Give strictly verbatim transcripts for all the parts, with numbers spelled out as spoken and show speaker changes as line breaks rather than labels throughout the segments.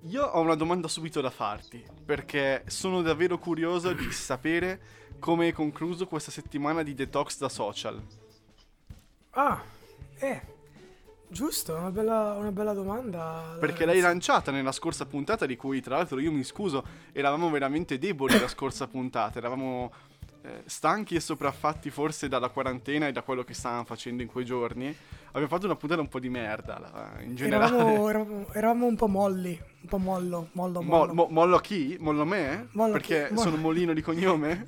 Io ho una domanda subito da farti, perché sono davvero curioso di sapere come hai concluso questa settimana di detox da social.
Ah, eh, giusto, una bella, una bella domanda,
Perché l'hai
Lorenzo.
lanciata nella scorsa puntata, di cui tra l'altro io mi scuso, eravamo veramente deboli la scorsa puntata, eravamo eh, stanchi e sopraffatti forse dalla quarantena e da quello che stavamo facendo in quei giorni. Abbiamo fatto una puntata un po' di merda, la- in generale.
Eravamo, eravamo, eravamo un po' molli, un po' mollo, mollo,
Mo-
mollo.
mo- mollo chi? Mollo me?
Mollo che...
Perché
mollo-
sono Molino di cognome?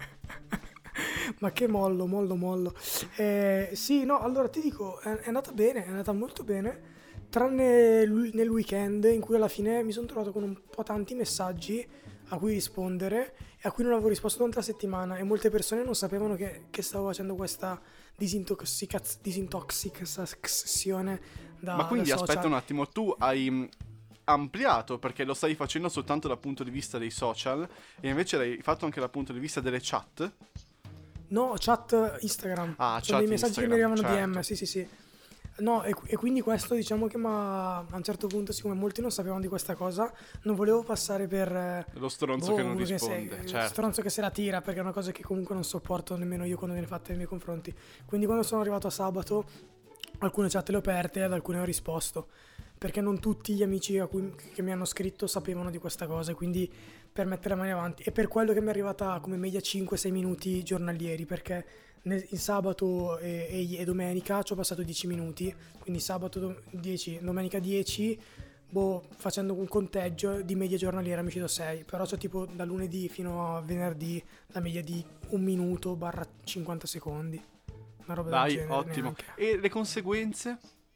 Ma che mollo, mollo, mollo. Eh, sì, no, allora ti dico, è, è andata bene, è andata molto bene, tranne l- nel weekend in cui alla fine mi sono trovato con un po' tanti messaggi a cui rispondere e a cui non avevo risposto durante la settimana e molte persone non sapevano che, che stavo facendo questa disintoxicaz- disintoxicazione
Ma
da, da
quindi aspetta
social.
un attimo, tu hai mh, ampliato perché lo stai facendo soltanto dal punto di vista dei social e invece l'hai fatto anche dal punto di vista delle chat?
No, chat Instagram.
Ah,
Sono dei
chat
messaggi che mi
Instagram,
arrivano D M,
certo.
sì, sì, sì. No, e, e quindi questo diciamo che ma a un certo punto, siccome molti non sapevano di questa cosa, non volevo passare per eh,
Lo stronzo che
boh,
non
uno che sei,
risponde,
eh,
certo.
stronzo che se la tira, perché è una cosa che comunque non sopporto nemmeno io quando viene fatta nei miei confronti. Quindi quando sono arrivato a sabato, alcune chat le ho aperte, ad alcune ho risposto, perché non tutti gli amici a cui, che mi hanno scritto sapevano di questa cosa, e quindi per mettere le mani avanti. E per quello che mi è arrivata come media cinque sei minuti giornalieri, perché nel- in sabato e, e- e domenica ci ho passato dieci minuti, quindi sabato do- dieci, domenica dieci, boh, facendo un conteggio di media giornaliera mi è uscito sei, però c'ho tipo da lunedì fino a venerdì la media di un minuto barra cinquanta secondi, una roba del
Dai,
genere
ottimo.
neanche.
E le conseguenze?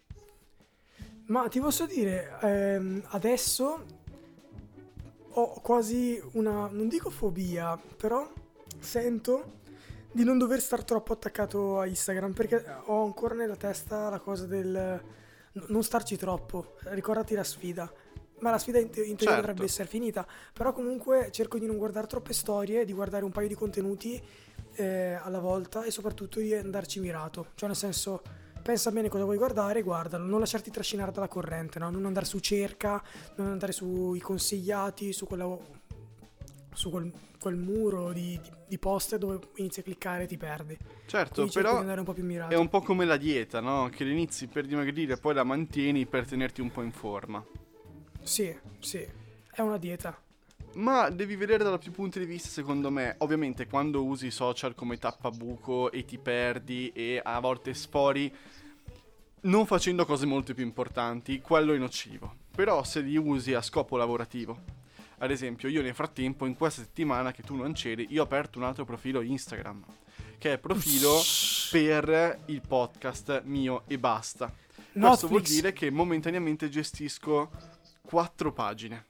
Ma ti posso dire, ehm, adesso ho quasi una, non dico fobia, però sento di non dover star troppo attaccato a Instagram perché ho ancora nella testa la cosa del n- non starci troppo, ricordati la sfida. Ma la sfida in, te- in teoria dovrebbe
Certo.
essere finita, però comunque cerco di non guardare troppe storie, di guardare un paio di contenuti eh, alla volta e soprattutto di andarci mirato, cioè nel senso pensa bene cosa vuoi guardare, guardalo, non lasciarti trascinare dalla corrente, no? Non andare su cerca, non andare sui consigliati, su quella su quel, quel muro di, di, di post dove inizi a cliccare e ti perdi.
Certo,
Quindi cerco di
però
andare un po' più
è un
mirato.
po' come la dieta, no? Che all'inizio per dimagrire, poi la mantieni per tenerti un po' in forma.
Sì, sì, è una dieta.
Ma devi vedere da più punti di vista, secondo me. Ovviamente quando usi i social come tappabuco e ti perdi e a volte sfori non facendo cose molto più importanti, quello è nocivo. Però se li usi a scopo lavorativo, ad esempio io nel frattempo in questa settimana che tu non c'eri, io ho aperto un altro profilo Instagram, che è profilo per il podcast mio e basta. Questo vuol
Netflix.
dire che momentaneamente gestisco quattro pagine.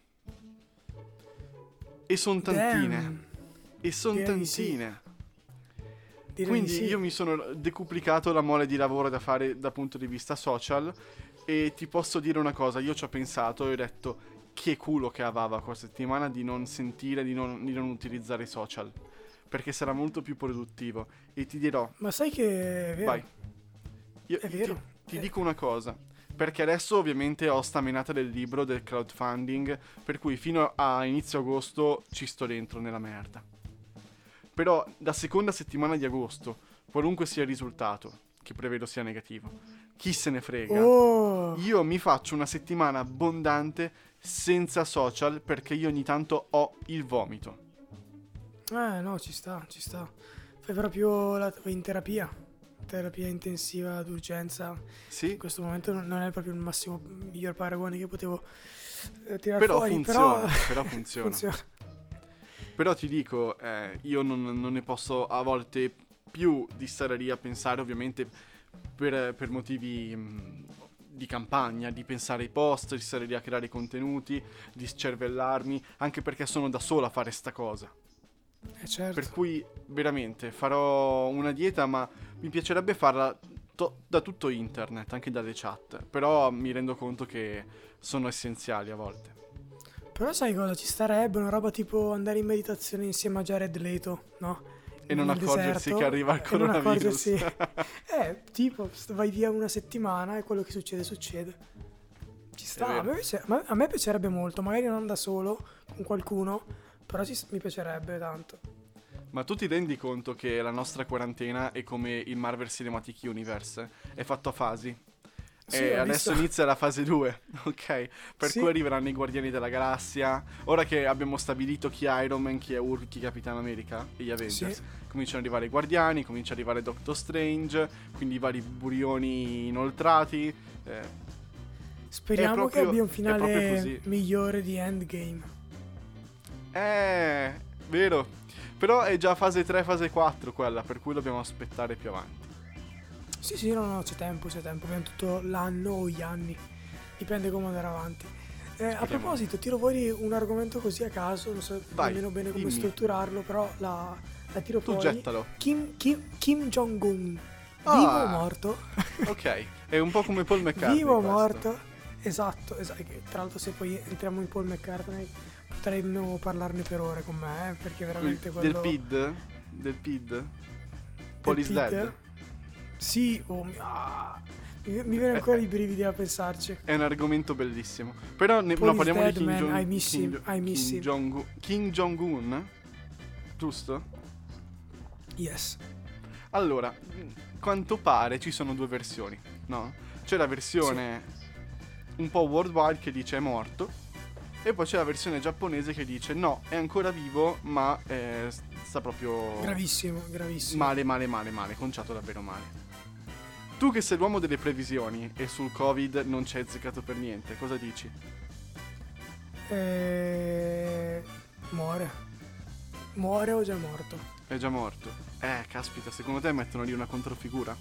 E son tantine.
Damn.
E son
Direi di sì.
tantine.
Direi
Quindi
di sì.
io mi sono decuplicato la mole di lavoro da fare dal punto di vista social. E ti posso dire una cosa, io ci ho pensato e ho detto che culo che aveva questa settimana di non sentire, di non, di non utilizzare i social. Perché sarà molto più produttivo. E ti dirò,
Ma sai che è vero?
vai, io
È
ti,
vero.
ti
Eh,
dico una cosa. Perché adesso ovviamente ho sta menata del libro del crowdfunding, per cui fino a inizio agosto ci sto dentro nella merda. Però la seconda settimana di agosto, qualunque sia il risultato, che prevedo sia negativo, chi se ne frega,
Oh.
io mi faccio una settimana abbondante senza social perché io ogni tanto ho il vomito.
Eh no, ci sta, ci sta. Fai proprio la vai in terapia. Terapia intensiva d'urgenza.
Sì?
In questo momento non non è proprio il massimo miglior paragone che potevo eh, tirar
Però
fuori,
funziona,
però
però funziona.
funziona.
Però ti dico, eh, io non, non ne posso a volte più di stare lì a pensare, ovviamente per, per motivi mh, di campagna, di pensare ai post, di stare lì a creare contenuti, di scervellarmi, anche perché sono da solo a fare sta cosa.
Eh certo.
Per cui veramente farò una dieta, ma mi piacerebbe farla to- da tutto internet, anche dalle chat, però mi rendo conto che sono essenziali a volte.
Però sai cosa? Ci starebbe una roba tipo andare in meditazione insieme a Jared Leto, no?
E non
Nel
accorgersi
deserto,
che arriva il
e non
coronavirus.
accorgersi. Eh, tipo, vai via una settimana e quello che succede succede. Ci sta, a me, piace- ma- a me piacerebbe molto, magari non da solo, con qualcuno, però ci- mi piacerebbe tanto.
Ma tu ti rendi conto che la nostra quarantena è come il Marvel Cinematic Universe? È fatto a fasi.
Sì,
E
ho
adesso
visto.
inizia la fase due, ok? Per
Sì.
cui arriveranno i Guardiani della Galassia. Ora che abbiamo stabilito chi è Iron Man, chi è Hulk, chi è Capitano America e gli Avengers,
Sì.
cominciano ad arrivare i Guardiani, comincia ad arrivare Doctor Strange, quindi i vari burioni inoltrati. Eh,
Speriamo
proprio-
che abbia un
è proprio
finale
così.
migliore di Endgame.
eh, vero. Però è già fase tre, fase quattro quella, per cui dobbiamo aspettare più avanti.
Sì, sì, no, no, c'è tempo, c'è tempo, abbiamo tutto l'anno o gli anni, dipende come andare avanti. Eh, a
Speriamo.
proposito, tiro fuori un argomento così a caso, non so
Vai,
nemmeno bene come
dimmi.
strutturarlo, però la, la tiro
Tu
fuori.
gettalo.
Kim, Kim, Kim Jong-un,
Ah.
vivo o morto?
Ok, è un po' come Paul McCartney.
Vivo o
questo.
morto? Esatto, esatto. Che Tra l'altro se poi entriamo in Paul McCartney potremmo parlarne per ore con me, eh, perché veramente
Del
quello...
P I D? Del P I D? Paul is
P I D?
dead?
Sì, oh, mi, ah, mi, mi viene ancora i brividi a pensarci.
È un argomento bellissimo. Però ne,
Paul
no,
is
parliamo
dead,
di Kim
man,
Jong-
I miss
Kim
him,
Jo-
I miss
Kim
him.
Jong- Kim Jong-un? Giusto?
Yes.
Allora, quanto pare ci sono due versioni, no? C'è la versione un po' worldwide che dice è morto, e poi c'è la versione giapponese che dice no, è ancora vivo, ma eh, sta proprio
Gravissimo, gravissimo.
male, male, male, male, conciato davvero male. Tu che sei l'uomo delle previsioni e sul Covid non ci hai azzeccato per niente, cosa dici?
Eh, muore. Muore o già morto?
È già morto. Eh, caspita, secondo te mettono lì una controfigura?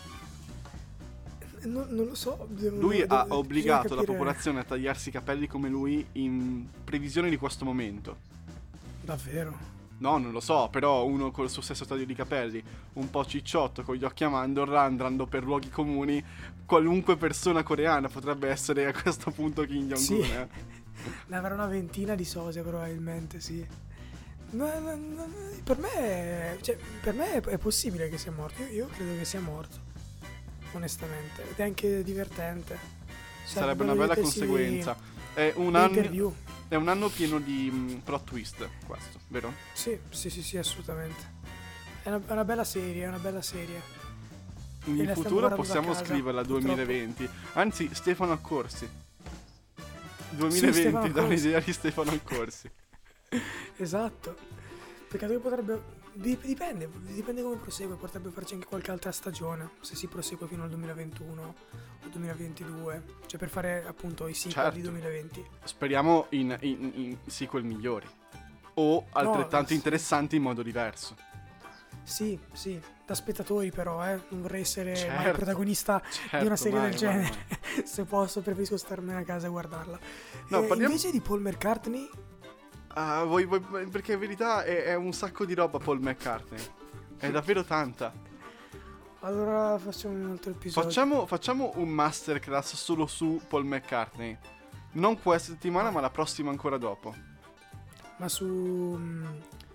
Eh, Non, non lo so. devo-
Lui
devo-
ha
bisogna
obbligato la
capire-
popolazione a tagliarsi i capelli come lui in previsione di questo momento.
Davvero?
No, non lo so, però uno col suo stesso taglio di capelli, un po' cicciotto, con gli occhi a mandorla, andando per luoghi comuni, qualunque persona coreana potrebbe essere a questo punto Kim Jong-un.
Sì.
eh.
Ne avrà una ventina di sosia probabilmente, sì. No, no, no, per me, cioè, per me è, è possibile che sia morto. Io, io credo che sia morto, onestamente. Ed è anche divertente. Cioè,
Sarebbe una
bello
bella
vedersi
conseguenza. È un,
le
anno,
interview.
è un anno pieno di mm, plot twist, questo, vero?
Sì, sì, sì, sì, assolutamente. È una, è una bella serie, è una bella serie.
In
E la stiamo
futuro
guardando
possiamo
da casa,
scriverla
purtroppo.
duemilaventi. Anzi, Stefano Accorsi.
Sì,
duemilaventi,
Stefano
da
Accorsi.
un'idea di Stefano Accorsi.
Esatto. Peccato che potrebbe... dip- Dipende, dipende come prosegue. Potrebbe farci anche qualche altra stagione. Se si prosegue fino al duemilaventuno o duemilaventidue. Cioè per fare appunto i sequel
Certo.
di duemilaventi.
Speriamo in, in- in sequel migliori. O altrettanto
sì.
interessanti in modo diverso.
Sì, sì. Da spettatori però, eh. Non vorrei essere mai
Certo,
il protagonista di
certo,
una serie
mai,
del
mai,
genere. Se posso, preferisco starmene a casa e guardarla.
No,
Eh,
parliamo-
Invece di Paul McCartney...
Ah, vuoi- vuoi- perché in verità è, è un sacco di roba Paul McCartney. È davvero tanta.
Allora facciamo un altro episodio.
Facciamo, facciamo un masterclass solo su Paul McCartney. Non questa settimana, ma la prossima ancora dopo.
Ma su mm,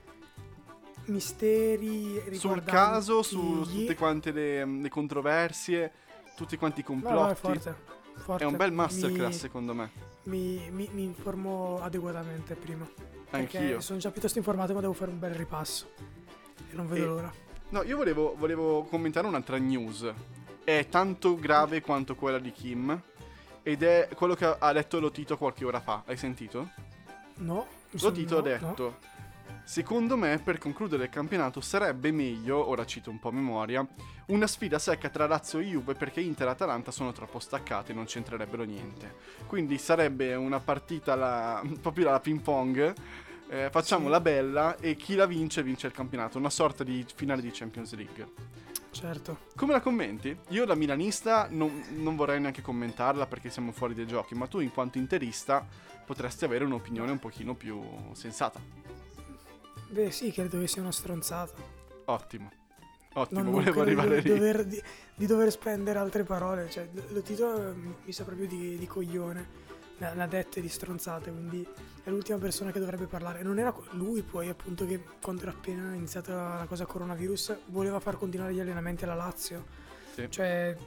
misteri
Sul
riguardanti
caso, su
gli-
tutte quante le, le controversie, tutti quanti i
No, no, è
complotti.
forte, forte.
È un bel masterclass,
Mi,
secondo me.
mi, mi, mi informo adeguatamente prima.
Anch'io.
Perché sono già piuttosto informato, ma devo fare un bel ripasso. E non vedo
E-
l'ora.
No, io volevo, volevo commentare un'altra news. È tanto grave quanto quella di Kim. Ed è quello che ha detto Lotito qualche ora fa. Hai sentito?
No? mi
Lotito
son-
ha
no,
detto:
no.
secondo me, per concludere il campionato sarebbe meglio, ora cito un po' a memoria, una sfida secca tra Lazio e Juve, perché Inter e Atalanta sono troppo staccate e non c'entrerebbero niente. Quindi sarebbe una partita la, proprio la ping pong. Eh, facciamo
Sì.
la bella e chi la vince vince il campionato, una sorta di finale di Champions League.
Certo.
Come la commenti? Io da milanista non, non vorrei neanche commentarla perché siamo fuori dai giochi, ma tu in quanto interista potresti avere un'opinione un pochino più sensata.
Beh sì, credo che sia una stronzata.
Ottimo, ottimo,
Non, non
volevo
credo
arrivare
di,
lì.
dover, di, di dover spendere altre parole. Cioè, Lotito mi sa proprio di, di coglione. Ne ne ha dette di stronzate, quindi è l'ultima persona che dovrebbe parlare. Non era lui poi appunto che quando era appena iniziata la cosa coronavirus voleva far continuare gli allenamenti alla Lazio.
Sì.
Cioè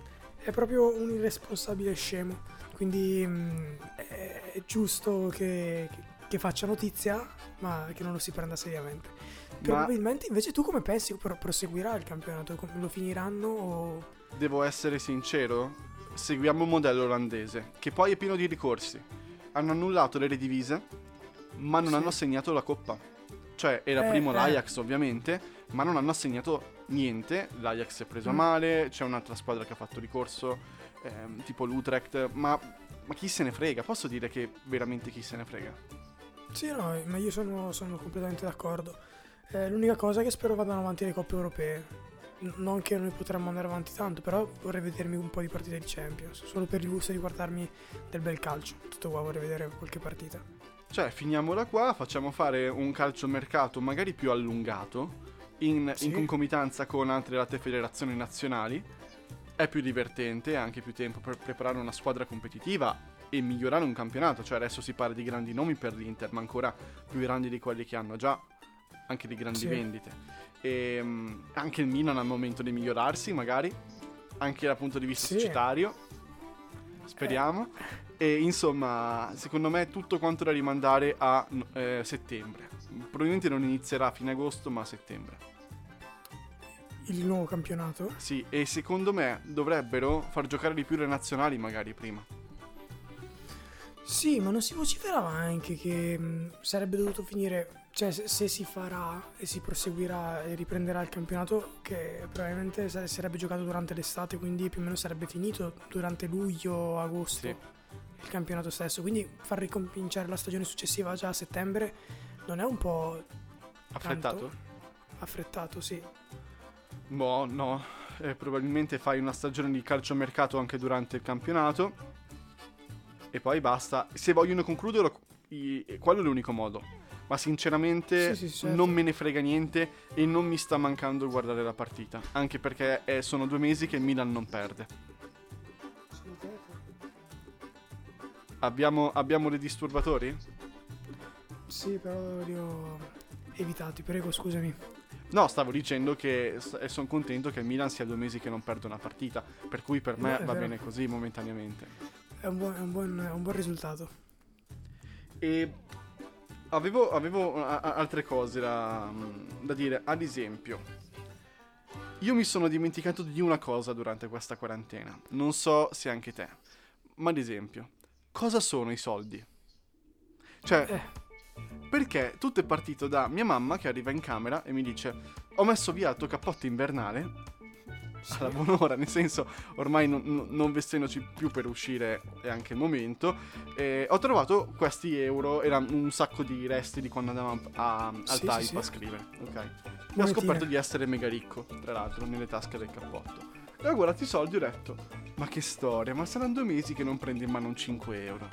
è proprio un irresponsabile scemo, quindi mh, è, è giusto che, che, che faccia notizia, ma che non lo si prenda seriamente.
Ma
Probabilmente invece tu come pensi pro- proseguirà il campionato? Com- Lo finiranno o...
devo essere sincero, seguiamo il modello olandese, che poi è pieno di ricorsi. Hanno annullato le redivise, ma non
Sì.
hanno assegnato la coppa. Cioè, era
Eh,
primo
eh.
l'Ajax ovviamente, ma non hanno assegnato niente. L'Ajax si è preso a
Mm.
male, c'è un'altra squadra che ha fatto ricorso, ehm, tipo l'Utrecht, ma, ma chi se ne frega? Posso dire che veramente chi se ne frega?
Sì, no, ma io sono, sono completamente d'accordo. Eh, l'unica cosa è che spero vadano avanti le coppe europee. N- non che noi potremmo andare avanti tanto, però vorrei vedermi un po' di partite di Champions, solo per il gusto di guardarmi del bel calcio. Tutto qua, vorrei vedere qualche partita.
Cioè, finiamola qua, facciamo fare un calciomercato magari più allungato, in,
Sì.
in concomitanza con altre altre federazioni nazionali. È più divertente, ha anche più tempo per preparare una squadra competitiva e migliorare un campionato. Cioè, adesso si parla di grandi nomi per l'Inter, ma ancora più grandi di quelli che hanno già, anche di grandi
Sì.
vendite. E um, anche il Milan al momento di migliorarsi, magari, anche dal punto di vista
Sì.
societario. Speriamo. E insomma, secondo me è tutto quanto da rimandare a eh, settembre. Probabilmente non inizierà a fine agosto, ma a settembre.
Il nuovo campionato?
Sì, e secondo me dovrebbero far giocare di più le nazionali magari prima.
Sì, ma non si vociferava anche che mh, sarebbe dovuto finire, cioè se, se si farà e si proseguirà e riprenderà il campionato, che probabilmente sa- sarebbe giocato durante l'estate, quindi più o meno sarebbe finito durante luglio, agosto,
Sì.
il campionato stesso. Quindi far ricominciare la stagione successiva già a settembre non è un po'
Affrettato?
tanto? Affrettato, sì.
Boh, no. Eh, probabilmente fai una stagione di calciomercato anche durante il campionato. E poi basta. Se vogliono concluderlo, i- quello è l'unico modo. Ma sinceramente
Sì, sì, certo.
non me ne frega niente e non mi sta mancando guardare la partita. Anche perché eh, sono due mesi che il Milan non perde. Abbiamo, abbiamo dei disturbatori?
Sì, però li ho evitati, prego, scusami.
No, stavo dicendo che sono contento che il Milan sia due mesi che non perde una partita. Per cui per me
No, è
va
vero.
bene così momentaneamente.
È un buon, è un buon, è un buon risultato.
E avevo, avevo a- a- altre cose da, da dire. Ad esempio, io mi sono dimenticato di una cosa durante questa quarantena. Non so se anche te. Ma ad esempio, cosa sono i soldi? Cioè,
Eh.
perché tutto è partito da mia mamma che arriva in camera e mi dice: ho messo via il tuo cappotto invernale alla buon'ora, nel senso, ormai non, non- non vestendoci più per uscire è anche il momento. E ho trovato questi euro, erano un sacco di resti di quando andavamo a, al
Sì,
type
sì, sì.
a scrivere, ok? E ho
Monetine.
scoperto di essere mega ricco, tra l'altro, nelle tasche del cappotto. E ho guardato i soldi e ho detto: ma che storia, ma saranno due mesi che non prendo in mano un cinque euro.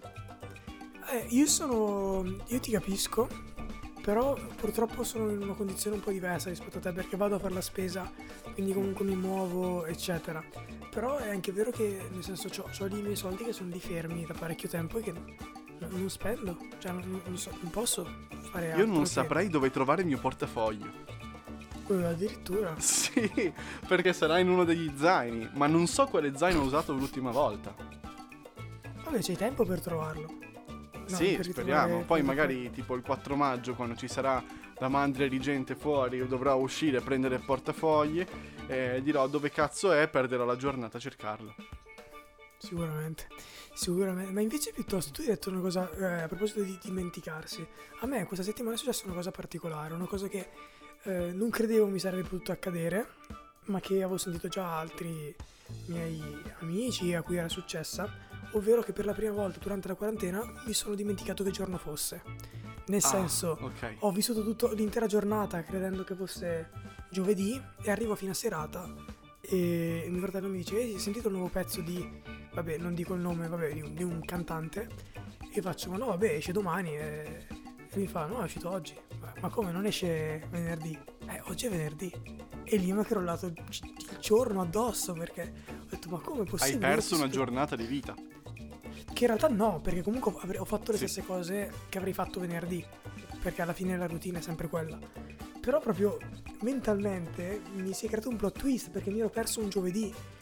Eh, io sono. Io ti capisco, però purtroppo sono in una condizione un po' diversa rispetto a te perché vado a fare la spesa, quindi comunque mi muovo, eccetera. Però è anche vero che, nel senso, ho lì i miei soldi che sono lì fermi da parecchio tempo e che non, non spendo, cioè non, non so, non posso fare altro.
Io non
che-
saprei dove trovare il mio portafoglio.
Eh, addirittura.
Sì, perché sarà in uno degli zaini, ma non so quale zaino ho usato l'ultima volta.
Vabbè, c'hai tempo per trovarlo. No,
Sì,
per
speriamo.
ritrovare-
Poi
per
magari tipo il quattro maggio, quando ci sarà la mandria di gente fuori, io dovrò uscire a prendere il portafogli e dirò dove cazzo è, perderò la giornata a cercarlo.
Sicuramente, sicuramente. Ma invece piuttosto tu hai detto una cosa eh, a proposito di dimenticarsi. A me questa settimana è successa una cosa particolare, una cosa che eh, non credevo mi sarebbe potuto accadere, ma che avevo sentito già altri miei amici a cui era successa, ovvero che per la prima volta durante la quarantena mi sono dimenticato che giorno fosse. Nel senso,
Ah, ok.
ho vissuto tutta l'intera giornata credendo che fosse giovedì e arrivo a fine serata e mio fratello mi dice: "Ehi, hai sentito il nuovo pezzo di..." Vabbè, non dico il nome, vabbè, di un, di un cantante. E faccio: "Ma no, vabbè, esce domani." E, e mi fa: "No, è uscito oggi." "Ma, ma come, non esce venerdì?" "Eh, oggi è venerdì." E lì mi è crollato il, il giorno addosso perché ho detto: "Ma come è
Hai
possibile?"
perso una
Sto-
giornata di vita.
Che in realtà no, perché comunque avrei- ho fatto le
Sì.
stesse cose che avrei fatto venerdì, perché alla fine la routine è sempre quella. Però proprio mentalmente mi si è creato un plot twist perché mi ero perso un giovedì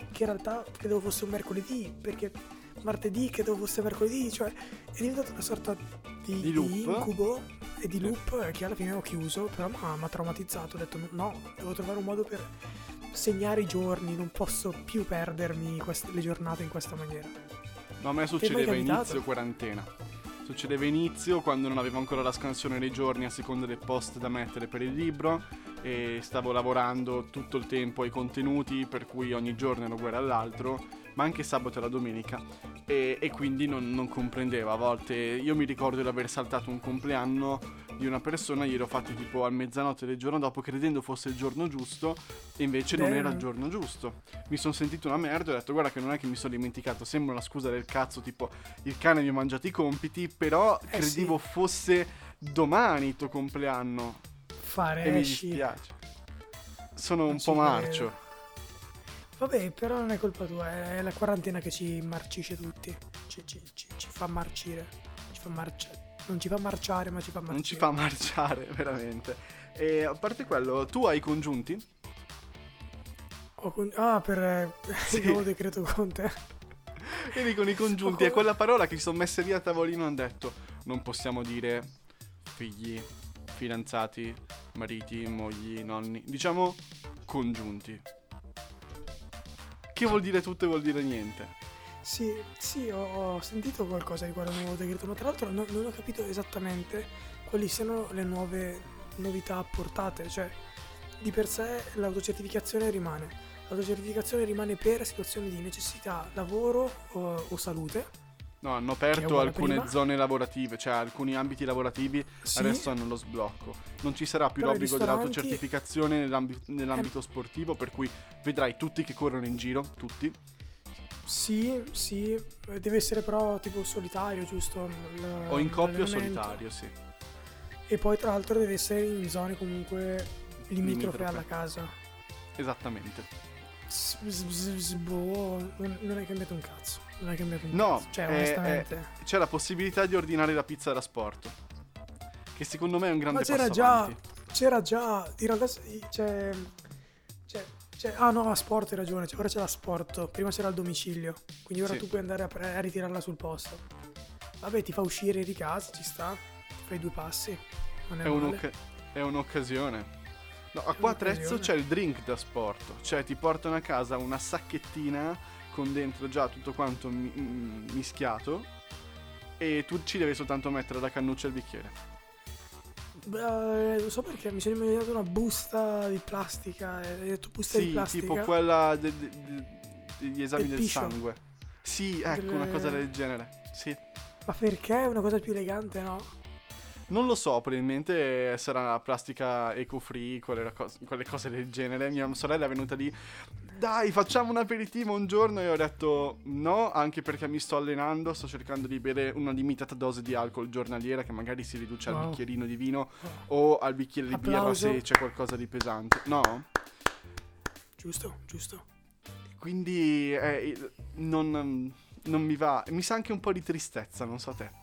che in realtà credevo fosse un mercoledì, perché martedì credevo fosse mercoledì, cioè è diventato una sorta di,
Di loop.
di incubo e di loop che alla fine ho chiuso, però mi ha traumatizzato, ho detto no, devo trovare un modo per segnare i giorni, non posso più perdermi queste, le giornate in questa maniera.
No, a me
Ti è mai
succedeva
capitato?
inizio quarantena. Succedeva inizio quando non avevo ancora la scansione dei giorni a seconda del post da mettere per il libro e stavo lavorando tutto il tempo ai contenuti, per cui ogni giorno ero uguale all'altro, ma anche sabato e la domenica, e, e quindi non, non comprendevo. A volte io mi ricordo di aver saltato un compleanno di una persona, glielo fatti tipo a mezzanotte del giorno dopo, credendo fosse il giorno giusto, e invece non
Bene.
era il giorno giusto. Mi sono sentito una merda e ho detto guarda che non è che mi sono dimenticato, sembra una scusa del cazzo, tipo il cane mi ha mangiato i compiti, però
Eh
credevo
sì.
fosse domani il tuo compleanno
Fare
e mi
esci.
dispiace. Sono un
Non
po'
ci
marcio.
credo. Vabbè, però non è colpa tua, è la quarantena che ci marcisce tutti. Ci, ci- ci- ci fa marcire. Ci fa marciare. Non ci fa marciare, ma ci fa marcire.
Non ci fa marciare, veramente. E a parte quello, tu hai congiunti?
Ho con- Ah, per eh,
Sì.
il nuovo decreto Conte.
Vedi, con i congiunti
Ho
è
con-
quella parola che si sono messe lì a tavolino e hanno detto non possiamo dire figli, fidanzati, mariti, mogli, nonni. Diciamo congiunti. Che vuol dire tutto e vuol dire niente.
Sì, sì, ho, ho sentito qualcosa riguardo al nuovo decreto, ma tra l'altro non, non ho capito esattamente quali siano le nuove novità apportate. Cioè, di per sé l'autocertificazione rimane. L'autocertificazione rimane per situazioni di necessità, lavoro o, o salute.
No, hanno
Che è
aperto
uguale
alcune
prima.
zone lavorative, cioè alcuni ambiti lavorativi
Sì,
adesso hanno lo sblocco. Non ci sarà più
Però i
l'obbligo
ristoranti-
dell'autocertificazione nell'ambi- nell'ambito sportivo, per cui vedrai tutti che corrono in giro, tutti.
sì, sì, deve essere però tipo solitario, giusto? L-
O in coppia o
l'allenamento.
solitario, sì.
E poi tra l'altro deve essere in zone comunque limitrofe
Limitrofe.
alla casa.
Esattamente.
S- s- s- s- boh, non, non è cambiato un cazzo. Non è cambiato un
No,
cazzo. Cioè,
è-
onestamente.
C'è la possibilità di ordinare la pizza da sport, che secondo me è un grande
Ma c'era
passo
già.
avanti.
C'era già. In realtà sì, c'è. C'è. c'è- ah no, a sport hai ragione. C'è, ora c'è la sport. Prima c'era il domicilio. Quindi ora
Sì.
tu puoi andare a, pre- a ritirarla sul posto. Vabbè, ti fa uscire di casa, ci sta. Fai due passi. Non è,
È,
male.
un'oc- è un'occasione. No, a
È
qua a Trezzo
un'occasione.
c'è il drink da sport, cioè ti portano a casa una sacchettina con dentro già tutto quanto mi- mm, mischiato e tu ci devi soltanto mettere la cannuccia e il bicchiere.
Beh, non so perché mi sono immaginato una busta di plastica. E hai detto busta di
Sì,
plastica.
tipo quella de- de- de- degli esami
Del
del
piscio.
sangue. Sì, ecco,
Delle-
una cosa del genere. Sì.
Ma perché? È una cosa più elegante, no?
Non lo so, probabilmente sarà plastica eco-free, quelle, cos- quelle cose del genere. Mia sorella è venuta lì, dai, facciamo un aperitivo un giorno, e ho detto no, anche perché mi sto allenando, sto cercando di bere una limitata dose di alcol giornaliera che magari si riduce al
Wow.
bicchierino di vino o al bicchiere di birra
Applauso.
se c'è qualcosa di pesante. No?
Giusto, giusto.
Quindi eh, non, non mi va. Mi sa anche un po' di tristezza, non so te.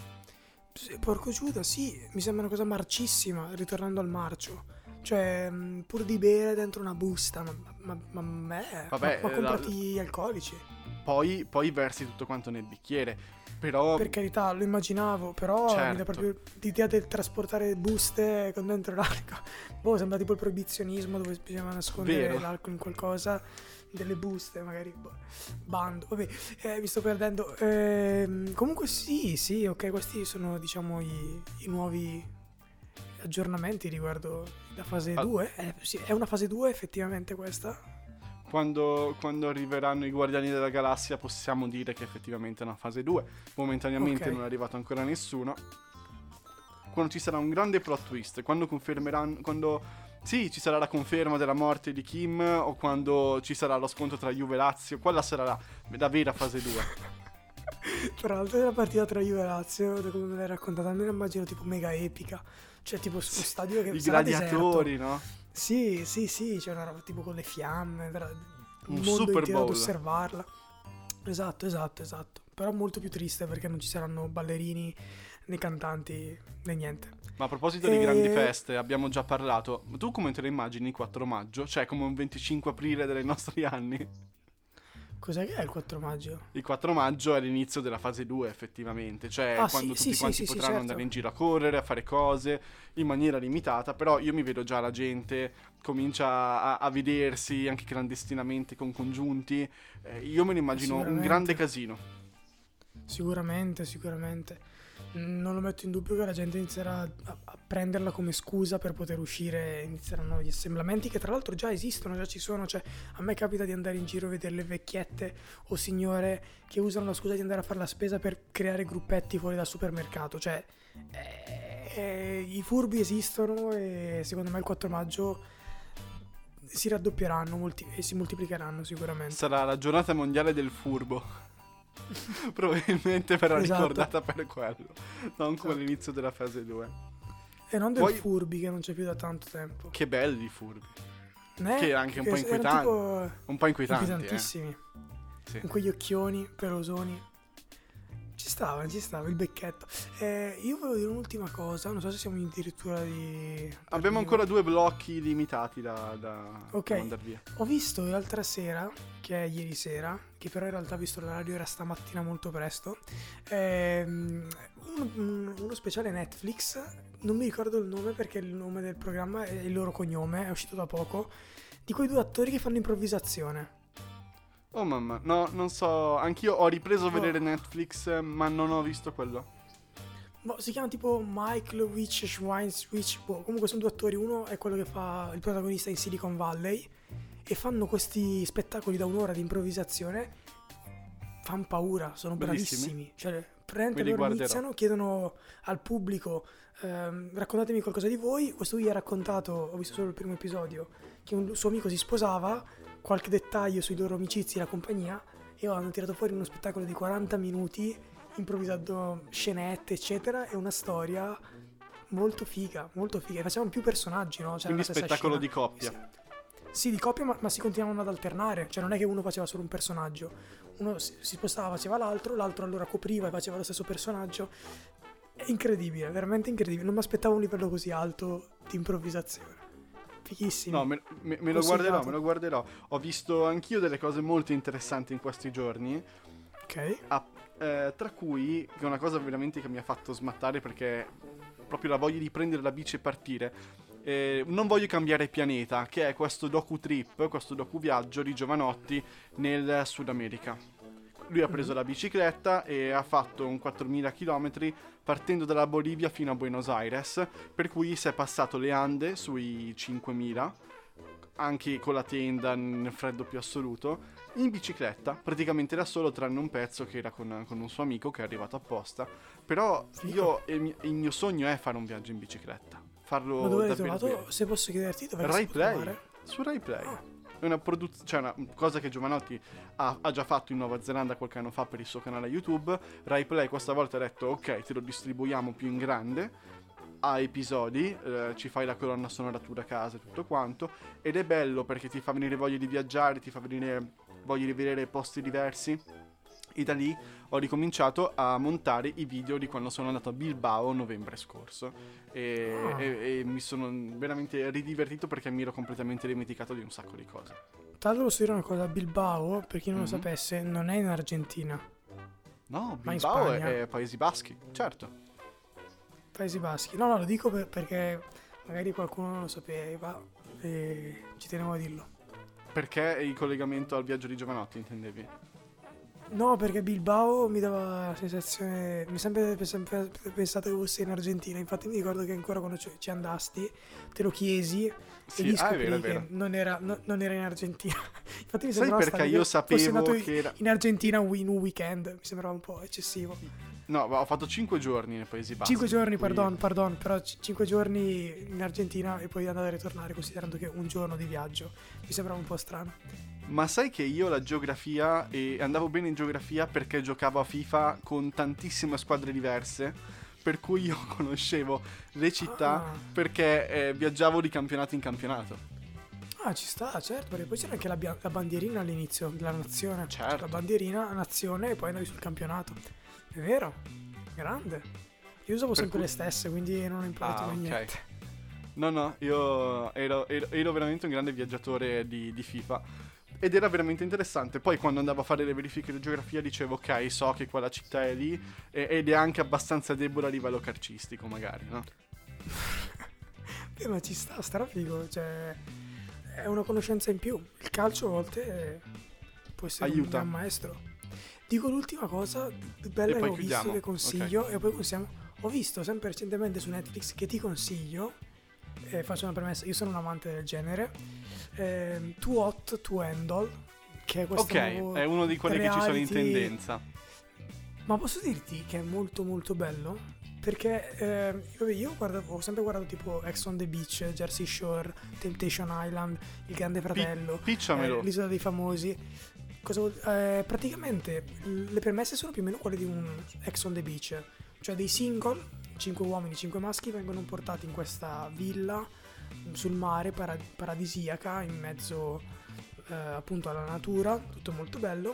Sì, porco Giuda, sì, mi sembra una cosa marcissima, ritornando al marcio. Cioè, mh, pur di bere dentro una busta, ma, ma, ma me?
Vabbè,
ma, ma
eh,
comprati alcolici.
Poi, poi versi tutto quanto nel bicchiere. Però
Per carità, lo immaginavo, però mi
Certo.
dà proprio l'idea del trasportare buste con dentro l'alcol. Boh, sembra tipo il proibizionismo dove bisognava nascondere
Vero.
l'alcol in qualcosa, delle buste, magari boh, bando. Vabbè, eh, mi sto perdendo. Ehm, comunque sì, sì, ok, questi sono diciamo i, i nuovi aggiornamenti riguardo la fase
Ah.
due. Eh, sì, è una fase due effettivamente questa?
Quando, quando arriveranno i Guardiani della Galassia possiamo dire che effettivamente è una fase due. Momentaneamente
Ok.
non è arrivato ancora nessuno. Quando ci sarà un grande plot twist, quando confermeranno, quando sì, ci sarà la conferma della morte di Kim, o quando ci sarà lo scontro tra Juve e Lazio, quella sarà la, la vera fase due.
Tra l'altro la partita tra Juve e Lazio, da come me l'hai raccontata, me la immagino tipo mega epica. Cioè tipo su stadio che
I
sarà
gladiatori,
deserto.
no?
Sì, sì, sì, c'è una roba tipo con le fiamme, tra-
Un
il mondo
Super
intero ad
Bowl.
osservarla. Esatto, esatto, esatto. Però molto più triste perché non ci saranno ballerini né cantanti né niente.
Ma a proposito di
E-
grandi feste, abbiamo già parlato. Tu come te le immagini il quattro maggio? Cioè come un venticinque aprile dei nostri anni?
Cos'è che è il quattro maggio?
Il quattro maggio è l'inizio della fase due effettivamente, cioè
Ah,
quando
sì,
tutti
sì,
quanti
sì, sì,
potranno
certo.
andare in giro a correre, a fare cose in maniera limitata, però io mi vedo già la gente comincia a, a vedersi anche clandestinamente con congiunti, eh, io me ne immagino un
Sicuramente.
grande casino.
Sicuramente, sicuramente. Mm, Non lo metto in dubbio che la gente inizierà a, a prenderla come scusa per poter uscire, inizieranno gli assemblamenti che tra l'altro già esistono, già ci sono, cioè a me capita di andare in giro e vedere le vecchiette o signore che usano la scusa di andare a fare la spesa per creare gruppetti fuori dal supermercato, cioè eh, eh, i furbi esistono e secondo me il quattro maggio si raddoppieranno molti- e si moltiplicheranno sicuramente.
Sarà la giornata mondiale del furbo. Probabilmente verrà
Esatto.
ricordata per quello, non come
Esatto.
l'inizio della fase due.
E non del
Poi-
furbi che non c'è più da tanto tempo.
Che belli i furbi,
Eh,
che anche un po'
erano
inquietanti.
tipo
un po' inquietanti, eh.
inquietantissimi.
Sì.
Con quegli occhioni pelosoni. Ci stava, ci stava, il becchetto. Eh, io volevo dire un'ultima cosa, non so se siamo addirittura di...
Abbiamo ancora due blocchi limitati da, da,
Ok.
da mandar via.
Ho visto l'altra sera, che è ieri sera, che però in realtà visto l'orario era stamattina molto presto, ehm, un- un- uno speciale Netflix, non mi ricordo il nome perché il nome del programma è il loro cognome, è uscito da poco, di quei due attori che fanno improvvisazione.
Oh mamma, no, non so, anch'io ho ripreso a
Oh.
vedere Netflix, eh, ma non ho visto quello.
Boh, si chiama tipo Michael Witch Schweinswitch. Boh, comunque sono due attori. Uno è quello che fa il protagonista in Silicon Valley. E fanno questi spettacoli da un'ora di improvvisazione. Fanno paura, sono
Bellissimi.
bravissimi. Cioè, praticamente
Me li
loro
guarderò.
iniziano, chiedono al pubblico: ehm, raccontatemi qualcosa di voi. Questo qui ha raccontato, ho visto solo il primo episodio, che un suo amico si sposava. Qualche dettaglio sui loro amicizi e la compagnia. E hanno tirato fuori uno spettacolo di quaranta minuti improvvisando scenette eccetera e una storia molto figa, molto figa. E facevano più personaggi, no? C'era
Quindi
la stessa
spettacolo
scena.
di coppia.
Sì, di coppia, ma, ma si continuavano ad alternare, cioè non è che uno faceva solo un personaggio, uno si, si spostava, faceva l'altro, l'altro allora copriva e faceva lo stesso personaggio. È incredibile, veramente incredibile, non mi aspettavo un livello così alto di improvvisazione. Fighissimo.
No, me, me- me lo
Consigliato.
guarderò, me lo guarderò. Ho visto anch'io delle cose molto interessanti in questi giorni,
Ok.
ah, eh, tra cui, che è una cosa veramente che mi ha fatto smattare perché proprio la voglia di prendere la bici e partire. Eh, non voglio cambiare pianeta, che è questo docu trip, questo docu viaggio di Giovanotti nel Sud America. Lui ha preso la bicicletta e ha fatto un quattromila chilometri partendo dalla Bolivia fino a Buenos Aires, per cui si è passato le Ande sui cinquemila, anche con la tenda nel freddo più assoluto, in bicicletta, praticamente da solo, tranne un pezzo che era con, con un suo amico che è arrivato apposta. Però io, il mio, il mio sogno è fare un viaggio in bicicletta, farlo
Ma dove l'hai
davvero
trovato?
bene.
Se posso chiederti dove
Rai
si può
Play,
trovare?
su Rai Play.
Ah.
È una produzione, cioè una cosa che Giovanotti ha, ha già fatto in Nuova Zelanda qualche anno fa per il suo canale YouTube. Rai Play questa volta ha detto ok, te lo distribuiamo più in grande, a episodi, eh, ci fai la colonna sonora tu da casa e tutto quanto, ed è bello perché ti fa venire voglia di viaggiare, ti fa venire voglia di vedere posti diversi. E da lì ho ricominciato a montare i video di quando sono andato a Bilbao novembre scorso e,
Ah.
e- e mi sono veramente ridivertito perché mi ero completamente dimenticato di un sacco di cose.
Tra l'altro posso dire una cosa, Bilbao, per chi non
Mhm.
lo sapesse, non è in Argentina,
No,
Ma in
Bilbao
Spagna?
è, è Paesi Baschi, certo.
Paesi Baschi. No, no, lo dico per- perché magari qualcuno non lo sapeva e ci tenevo a dirlo.
Perché il collegamento al viaggio di Giovanotti, intendevi?
No, perché Bilbao mi dava la sensazione, mi è sempre, sempre pensato che fosse in Argentina, infatti mi ricordo che ancora quando ci ci andasti te lo chiesi
Sì,
e lì
ah, è
scoprii
vero, è
che
vero.
non era, no- non era in Argentina. Infatti mi
Sai
sembrava
perché
strano
io
che fosse
sapevo
andato in-
che era...
in Argentina un in un weekend, mi sembrava un po' eccessivo.
No, ho fatto cinque giorni nei Paesi Baschi.
Cinque giorni,
per cui-
pardon, pardon, però c- cinque giorni in Argentina e poi andare e ritornare considerando che un giorno di viaggio mi sembrava un po' strano.
Ma sai che io la geografia, e andavo bene in geografia perché giocavo a FIFA con tantissime squadre diverse, per cui io conoscevo le città
Ah.
perché eh, viaggiavo di campionato in campionato.
Ah, ci sta, certo, perché poi c'era anche la, bia- la bandierina all'inizio della nazione.
Certo.
C'era la bandierina, nazione e poi andavi sul campionato. È vero, grande. Io usavo
Per
sempre
cui-
le stesse, quindi non ho imparato
Ah,
mai
ok.
niente.
No, no, io ero, ero- ero veramente un grande viaggiatore di, di FIFA. ed era veramente interessante. Poi quando andavo a fare le verifiche di geografia dicevo ok, so che quella città è lì e- ed è anche abbastanza debole a livello calcistico magari, no?
Eh, ma ci sta, starà figo, cioè è una conoscenza in più. Il calcio a volte può essere
Aiuta.
un gran maestro. Dico l'ultima cosa bella
E
che
poi
ho
chiudiamo.
visto, che consiglio, e poi possiamo. Ho visto sempre recentemente su Netflix, che ti consiglio, eh, faccio una premessa, io sono un amante del genere, eh, Too Hot to Handle, che è questo
Ok,
nuovo
è uno di quelli che ci sono in
reality.
tendenza.
Ma posso dirti che è molto molto bello? Perché eh, io, io guardavo- ho sempre guardato tipo Ex on the Beach, Jersey Shore, Temptation Island, Il Grande Fratello,
Pi- picciamelo.
eh, L'Isola dei Famosi. Cosa vuol- eh, praticamente l- le premesse sono più o meno quelle di un Ex on the Beach, cioè dei single, cinque uomini, cinque maschi vengono portati in questa villa sul mare para- paradisiaca in mezzo eh, appunto alla natura, tutto molto bello.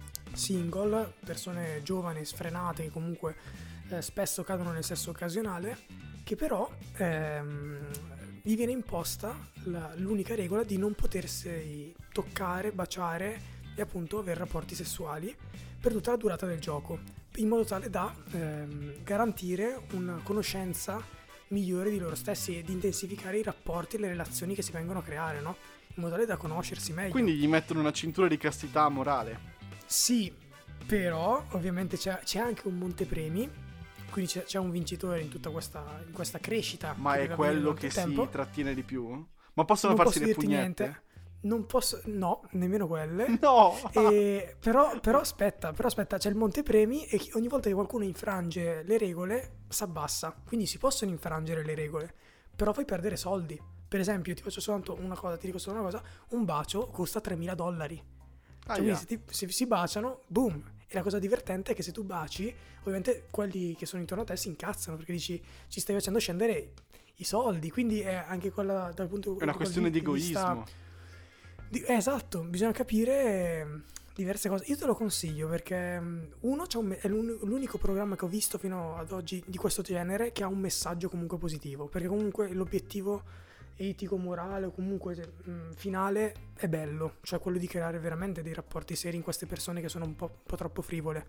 Single, persone giovani, sfrenate, che comunque eh, spesso cadono nel sesso occasionale, che però ehm, gli viene imposta la- l'unica regola di non potersi toccare, baciare e appunto avere rapporti sessuali per tutta la durata del gioco, in modo tale da ehm, garantire una conoscenza migliore di loro stessi e di intensificare i rapporti e le relazioni che si vengono a creare, no? In modo tale da conoscersi meglio.
Quindi gli mettono una cintura di castità morale.
Sì, però ovviamente c'è, c'è anche un montepremi, quindi c'è, c'è un vincitore in tutta questa, in questa crescita.
Ma
che
è
deve avvenire
quello
durante
che
il
si
tempo.
trattiene di più? Ma possono
Non
farsi
posso
le
dirti
pugnette?
niente. Non posso, no, nemmeno quelle.
No!
E, però, però aspetta, però aspetta, c'è il montepremi e chi- ogni volta che qualcuno infrange le regole si abbassa. Quindi si possono infrangere le regole, però fai perdere soldi. Per esempio, ti faccio soltanto una cosa, ti dico solo una cosa, un bacio costa tremila dollari. Cioè,
Aia.
quindi se, ti- se si baciano, boom. E la cosa divertente è che se tu baci, ovviamente quelli che sono intorno a te si incazzano perché dici ci stai facendo scendere i soldi. Quindi è anche quella dal punto
È una questione di
vista-
egoismo.
di- eh, esatto, bisogna capire eh, diverse cose. Io te lo consiglio perché mm, uno c'ha un me- è l'un- l'unico programma che ho visto fino ad oggi di questo genere che ha un messaggio comunque positivo, perché comunque l'obiettivo etico, morale o comunque mm, finale è bello, cioè quello di creare veramente dei rapporti seri in queste persone che sono un po', un po' troppo frivole.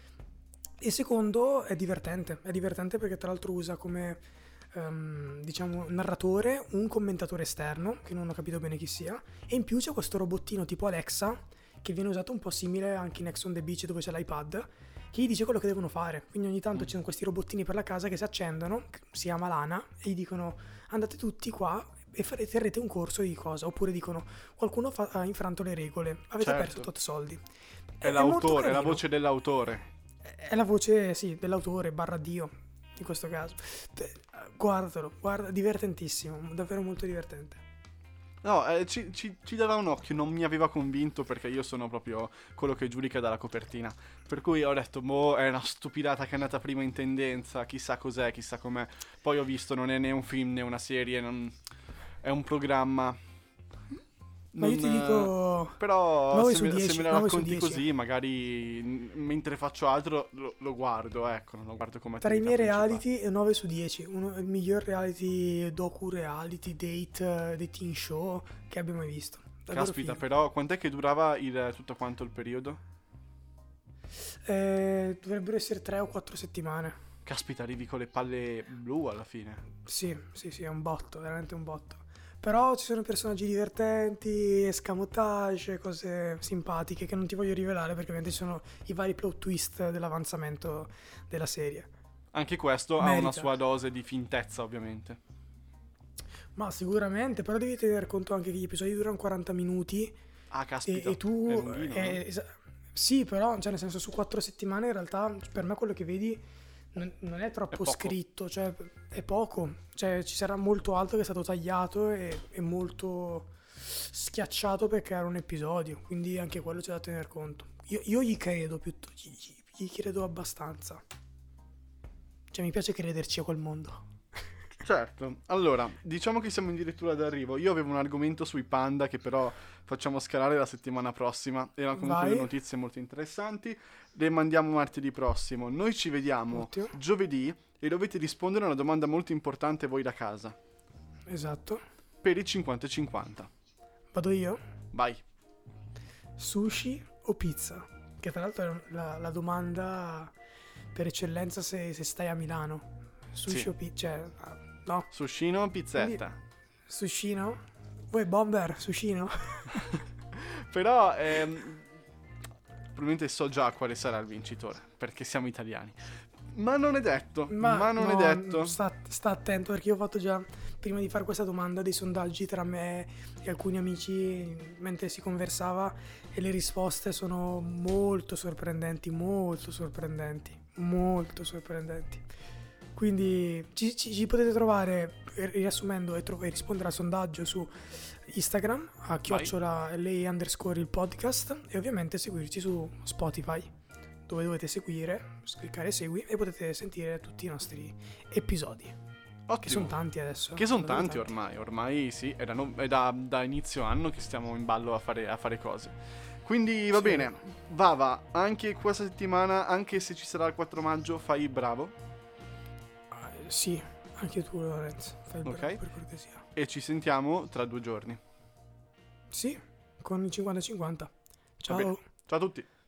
E secondo è divertente, è divertente perché tra l'altro usa come ehm, diciamo narratore un commentatore esterno che non ho capito bene chi sia, e in più c'è questo robottino tipo Alexa che viene usato un po' simile anche in Ex on the Beach dove c'è l'iPad, che gli dice quello che devono fare. Quindi ogni tanto ci sono questi robottini per la casa che si accendono, si chiama Lana, e gli dicono andate tutti qua e farete, terrete un corso di cosa, oppure dicono qualcuno fa- ha infranto le regole, avete
Certo.
perso tot soldi.
È,
molto
l'autore, è la
carino.
voce dell'autore.
È la voce, sì, dell'autore barra Dio in questo caso. Te- Guardatelo, guarda, divertentissimo, davvero molto divertente.
No, eh, ci, ci, ci darà un occhio, non mi aveva convinto perché io sono proprio quello che giudica dalla copertina. Per cui ho detto, boh, è una stupidata che è andata prima in tendenza, chissà cos'è, chissà com'è. Poi ho visto, non è né un film né una serie, non- è un programma.
Ma io ti
Non,
dico
eh, Però
nove
se
su
me, se
dieci,
me la
nove su
racconti
dieci.
così, magari n- mentre faccio altro lo, lo guardo, ecco, non lo guardo come
Tra i
attività
miei
principale.
reality è nove su dieci, uno, il miglior reality, docu-reality, date, eh, dating show che abbia mai visto. Davvero
Caspita,
figo.
però quant'è che durava il, tutto quanto il periodo?
Eh, dovrebbero essere tre o quattro settimane.
Caspita, arrivi con le palle blu alla fine.
Sì, sì, sì, è un botto, veramente un botto. Però ci sono personaggi divertenti, escamotage, cose simpatiche che non ti voglio rivelare perché ovviamente ci sono i vari plot twist dell'avanzamento della serie.
Anche questo ha
Merita.
una sua dose di fintezza, ovviamente.
Ma sicuramente, però devi tener conto anche che gli episodi durano quaranta minuti
Ah,
e,
caspita,
e tu...
è lunghino,
eh,
no?
esa- sì, però, cioè nel senso su quattro settimane in realtà per me quello che vedi non, non è troppo
È poco.
scritto, cioè è poco. Cioè ci sarà molto altro che è stato tagliato e, e molto schiacciato per creare un episodio, quindi anche quello c'è da tener conto. Io, io gli credo piuttosto, gli, gli- gli credo abbastanza. Cioè mi piace crederci a quel mondo.
Certo, allora, diciamo che siamo addirittura d'arrivo. Io avevo un argomento sui panda che però facciamo scalare la settimana prossima. Erano comunque
Vai.
delle notizie molto interessanti. Le mandiamo martedì prossimo. Noi ci vediamo
Ottimo.
giovedì e dovete rispondere a una domanda molto importante voi da casa.
Esatto.
Per i cinquanta e cinquanta.
Vado io?
Vai.
sushi o pizza? Che tra l'altro è la, la domanda per eccellenza se, se stai a Milano. Sushi
Sì.
o pizza? Cioè, no?
Sushino o pizzetta?
Quindi, sushino? Uè, bomber, sushino?
Però ehm, probabilmente so già quale sarà il vincitore, perché siamo italiani. Ma non è detto, ma, ma non
no,
è detto.
Sta, sta attento, perché io ho fatto già, prima di fare questa domanda, dei sondaggi tra me e alcuni amici mentre si conversava, e le risposte sono molto sorprendenti, molto sorprendenti, molto sorprendenti. Quindi ci, ci, ci potete trovare, riassumendo, e, tro- e rispondere al sondaggio su Instagram a chiocciola lei underscore il podcast, e ovviamente seguirci su Spotify, dove dovete seguire, cliccare segui e potete sentire tutti i nostri episodi.
Ottimo.
Che sono tanti adesso.
Che sono tanti ormai, ormai sì, è, da, no- è da, da inizio anno che stiamo in ballo a fare, a fare cose. Quindi va
Sì.
bene, Vava, anche questa settimana, anche se ci sarà il quattro maggio, fai bravo.
Ah, sì, anche tu Lorenzo, fai bravo,
Ok.
per cortesia.
E ci sentiamo tra due giorni.
Sì, con il cinquanta cinquanta.
Va bene.
Ciao.
Ciao a tutti.